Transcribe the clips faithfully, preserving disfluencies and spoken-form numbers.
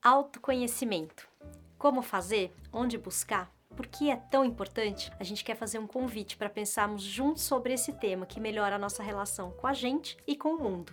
Autoconhecimento. Como fazer? Onde buscar? Por que é tão importante? A gente quer fazer um convite para pensarmos juntos sobre esse tema que melhora a nossa relação com a gente e com o mundo.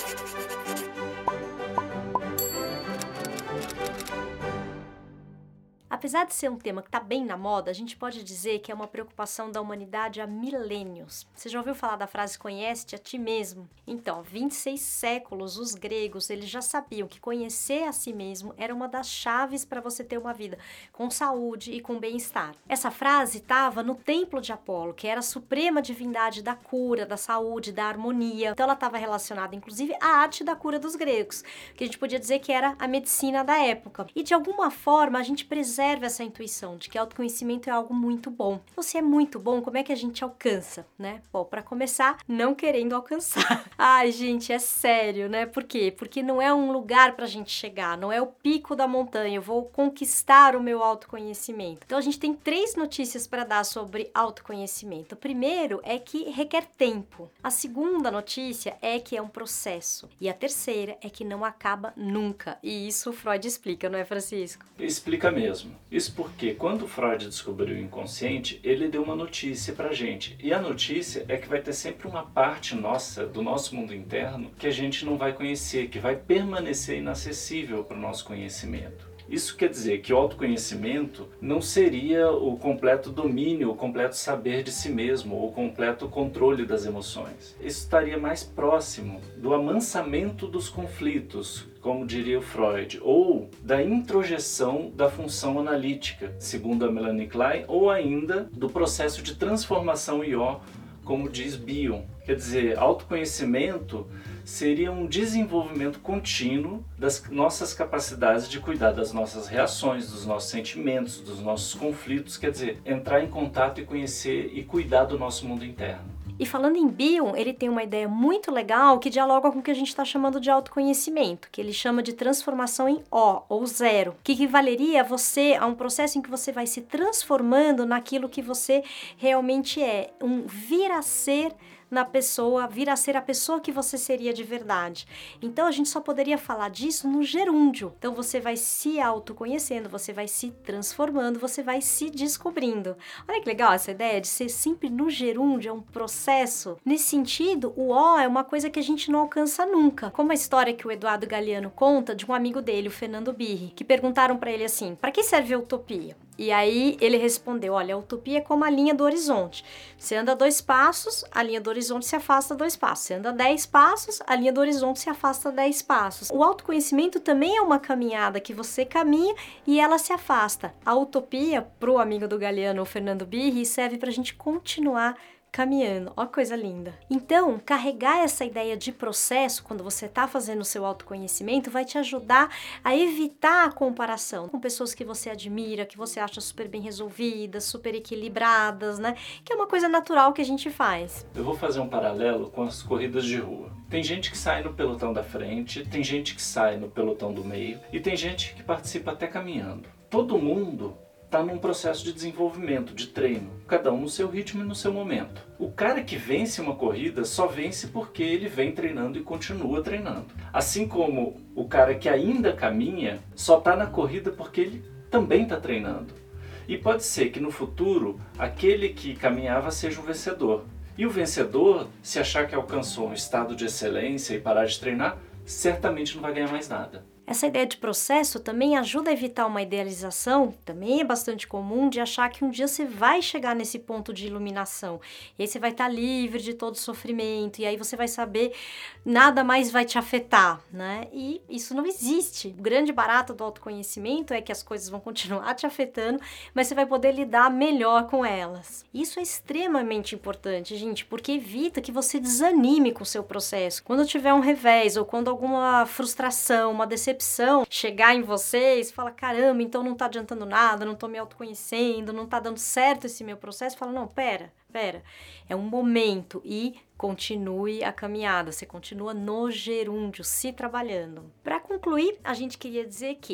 Apesar de ser um tema que está bem na moda, a gente pode dizer que é uma preocupação da humanidade há milênios. Você já ouviu falar da frase "conhece-te a ti mesmo"? Então, vinte e seis séculos, os gregos, eles já sabiam que conhecer a si mesmo era uma das chaves para você ter uma vida com saúde e com bem-estar. Essa frase estava no templo de Apolo, que era a suprema divindade da cura, da saúde, da harmonia. Então ela estava relacionada, inclusive, à arte da cura dos gregos, que a gente podia dizer que era a medicina da época. E de alguma forma a gente preserva essa intuição de que autoconhecimento é algo muito bom. Se é muito bom, como é que a gente alcança, né? Bom, para começar, não querendo alcançar. Ai, gente, é sério, né? Por quê? Porque não é um lugar pra gente chegar, não é o pico da montanha, eu vou conquistar o meu autoconhecimento. Então a gente tem três notícias para dar sobre autoconhecimento. O primeiro é que requer tempo. A segunda notícia é que é um processo. E a terceira é que não acaba nunca. E isso Freud explica, não é, Francisco? Explica mesmo. Isso porque quando Freud descobriu o inconsciente, ele deu uma notícia pra gente. E a notícia é que vai ter sempre uma parte nossa, do nosso mundo interno, que a gente não vai conhecer, que vai permanecer inacessível para o nosso conhecimento. Isso quer dizer que o autoconhecimento não seria o completo domínio, o completo saber de si mesmo, ou o completo controle das emoções. Isso estaria mais próximo do amansamento dos conflitos, como diria o Freud, ou da introjeção da função analítica, segundo a Melanie Klein, ou ainda do processo de transformação I O, como diz Bion. Quer dizer, autoconhecimento seria um desenvolvimento contínuo das nossas capacidades de cuidar das nossas reações, dos nossos sentimentos, dos nossos conflitos, quer dizer, entrar em contato e conhecer e cuidar do nosso mundo interno. E falando em Bion, ele tem uma ideia muito legal que dialoga com o que a gente está chamando de autoconhecimento, que ele chama de transformação em O, ou zero, que equivaleria a você, a um processo em que você vai se transformando naquilo que você realmente é, um vir a ser na pessoa, vir a ser a pessoa que você seria de verdade. Então a gente só poderia falar disso no gerúndio. Então você vai se autoconhecendo, você vai se transformando, você vai se descobrindo. Olha que legal essa ideia de ser sempre no gerúndio, é um processo. Nesse sentido, o O é uma coisa que a gente não alcança nunca. Como a história que o Eduardo Galeano conta de um amigo dele, o Fernando Birri, que perguntaram para ele assim: para que serve a utopia? E aí ele respondeu: olha, a utopia é como a linha do horizonte. Você anda dois passos, a linha do horizonte se afasta dois passos. Você anda dez passos, a linha do horizonte se afasta dez passos. O autoconhecimento também é uma caminhada que você caminha e ela se afasta. A utopia, pro amigo do Galeano, o Fernando Birri, serve pra gente continuar caminhando. Ó, coisa linda. Então, carregar essa ideia de processo quando você está fazendo o seu autoconhecimento vai te ajudar a evitar a comparação com pessoas que você admira, que você acha super bem resolvidas, super equilibradas, né? Que é uma coisa natural que a gente faz. Eu vou fazer um paralelo com as corridas de rua. Tem gente que sai no pelotão da frente, tem gente que sai no pelotão do meio e tem gente que participa até caminhando. Todo mundo está num processo de desenvolvimento, de treino, cada um no seu ritmo e no seu momento. O cara que vence uma corrida só vence porque ele vem treinando e continua treinando. Assim como o cara que ainda caminha só está na corrida porque ele também está treinando. E pode ser que no futuro aquele que caminhava seja o vencedor. E o vencedor, se achar que alcançou um estado de excelência e parar de treinar, certamente não vai ganhar mais nada. Essa ideia de processo também ajuda a evitar uma idealização, também é bastante comum, de achar que um dia você vai chegar nesse ponto de iluminação. E aí você vai estar livre de todo sofrimento, e aí você vai saber, nada mais vai te afetar, né? E isso não existe. O grande barato do autoconhecimento é que as coisas vão continuar te afetando, mas você vai poder lidar melhor com elas. Isso é extremamente importante, gente, porque evita que você desanime com o seu processo. Quando tiver um revés, ou quando alguma frustração, uma decepção, chegar em vocês, fala, caramba, então não tá adiantando nada, não tô me autoconhecendo, não tá dando certo esse meu processo, fala, não, pera, pera, é um momento e continue a caminhada, você continua no gerúndio, se trabalhando. Para concluir, a gente queria dizer que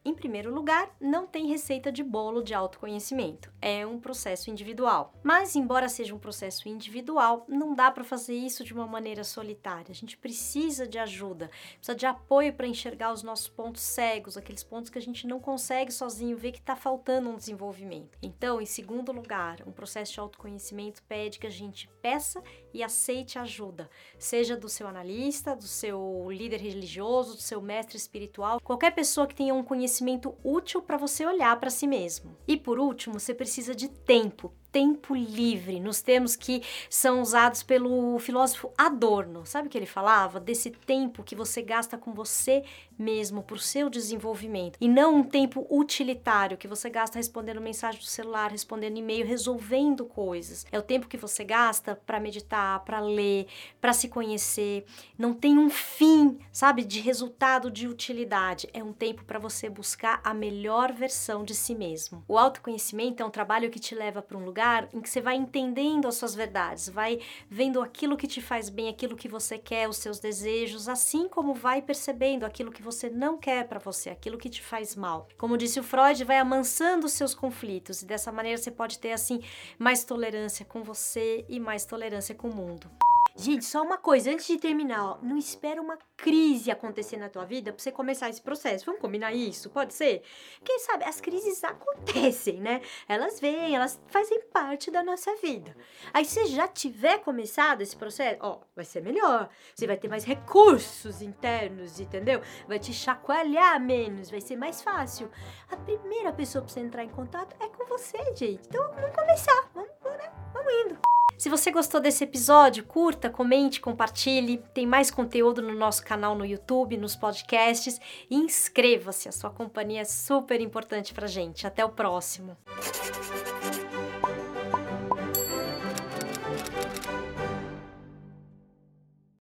Em primeiro lugar, não tem receita de bolo de autoconhecimento. É um processo individual. Mas, embora seja um processo individual, não dá para fazer isso de uma maneira solitária. A gente precisa de ajuda, precisa de apoio para enxergar os nossos pontos cegos, aqueles pontos que a gente não consegue sozinho ver que está faltando um desenvolvimento. Então, em segundo lugar, um processo de autoconhecimento pede que a gente peça e aceite ajuda, seja do seu analista, do seu líder religioso, do seu mestre espiritual, qualquer pessoa que tenha um conhecimento útil para você olhar para si mesmo. E por último, você precisa de tempo. Tempo livre, nos termos que são usados pelo filósofo Adorno. Sabe o que ele falava? Desse tempo que você gasta com você mesmo, para o seu desenvolvimento. E não um tempo utilitário, que você gasta respondendo mensagem do celular, respondendo e-mail, resolvendo coisas. É o tempo que você gasta para meditar, para ler, para se conhecer. Não tem um fim, sabe, de resultado, de utilidade. É um tempo para você buscar a melhor versão de si mesmo. O autoconhecimento é um trabalho que te leva para um lugar em que você vai entendendo as suas verdades, vai vendo aquilo que te faz bem, aquilo que você quer, os seus desejos, assim como vai percebendo aquilo que você não quer para você, aquilo que te faz mal. Como disse o Freud, vai amansando os seus conflitos e dessa maneira você pode ter assim mais tolerância com você e mais tolerância com o mundo. Gente, só uma coisa, antes de terminar, ó, não espera uma crise acontecer na tua vida pra você começar esse processo. Vamos combinar isso? Pode ser? Quem sabe, as crises acontecem, né? Elas vêm, elas fazem parte da nossa vida. Aí, se já tiver começado esse processo, ó, vai ser melhor. Você vai ter mais recursos internos, entendeu? Vai te chacoalhar menos, vai ser mais fácil. A primeira pessoa pra você entrar em contato é com você, gente. Então, vamos começar. Vamos, né? Vamos indo. Se você gostou desse episódio, curta, comente, compartilhe. Tem mais conteúdo no nosso canal no YouTube, nos podcasts. E inscreva-se, a sua companhia é super importante pra gente. Até o próximo!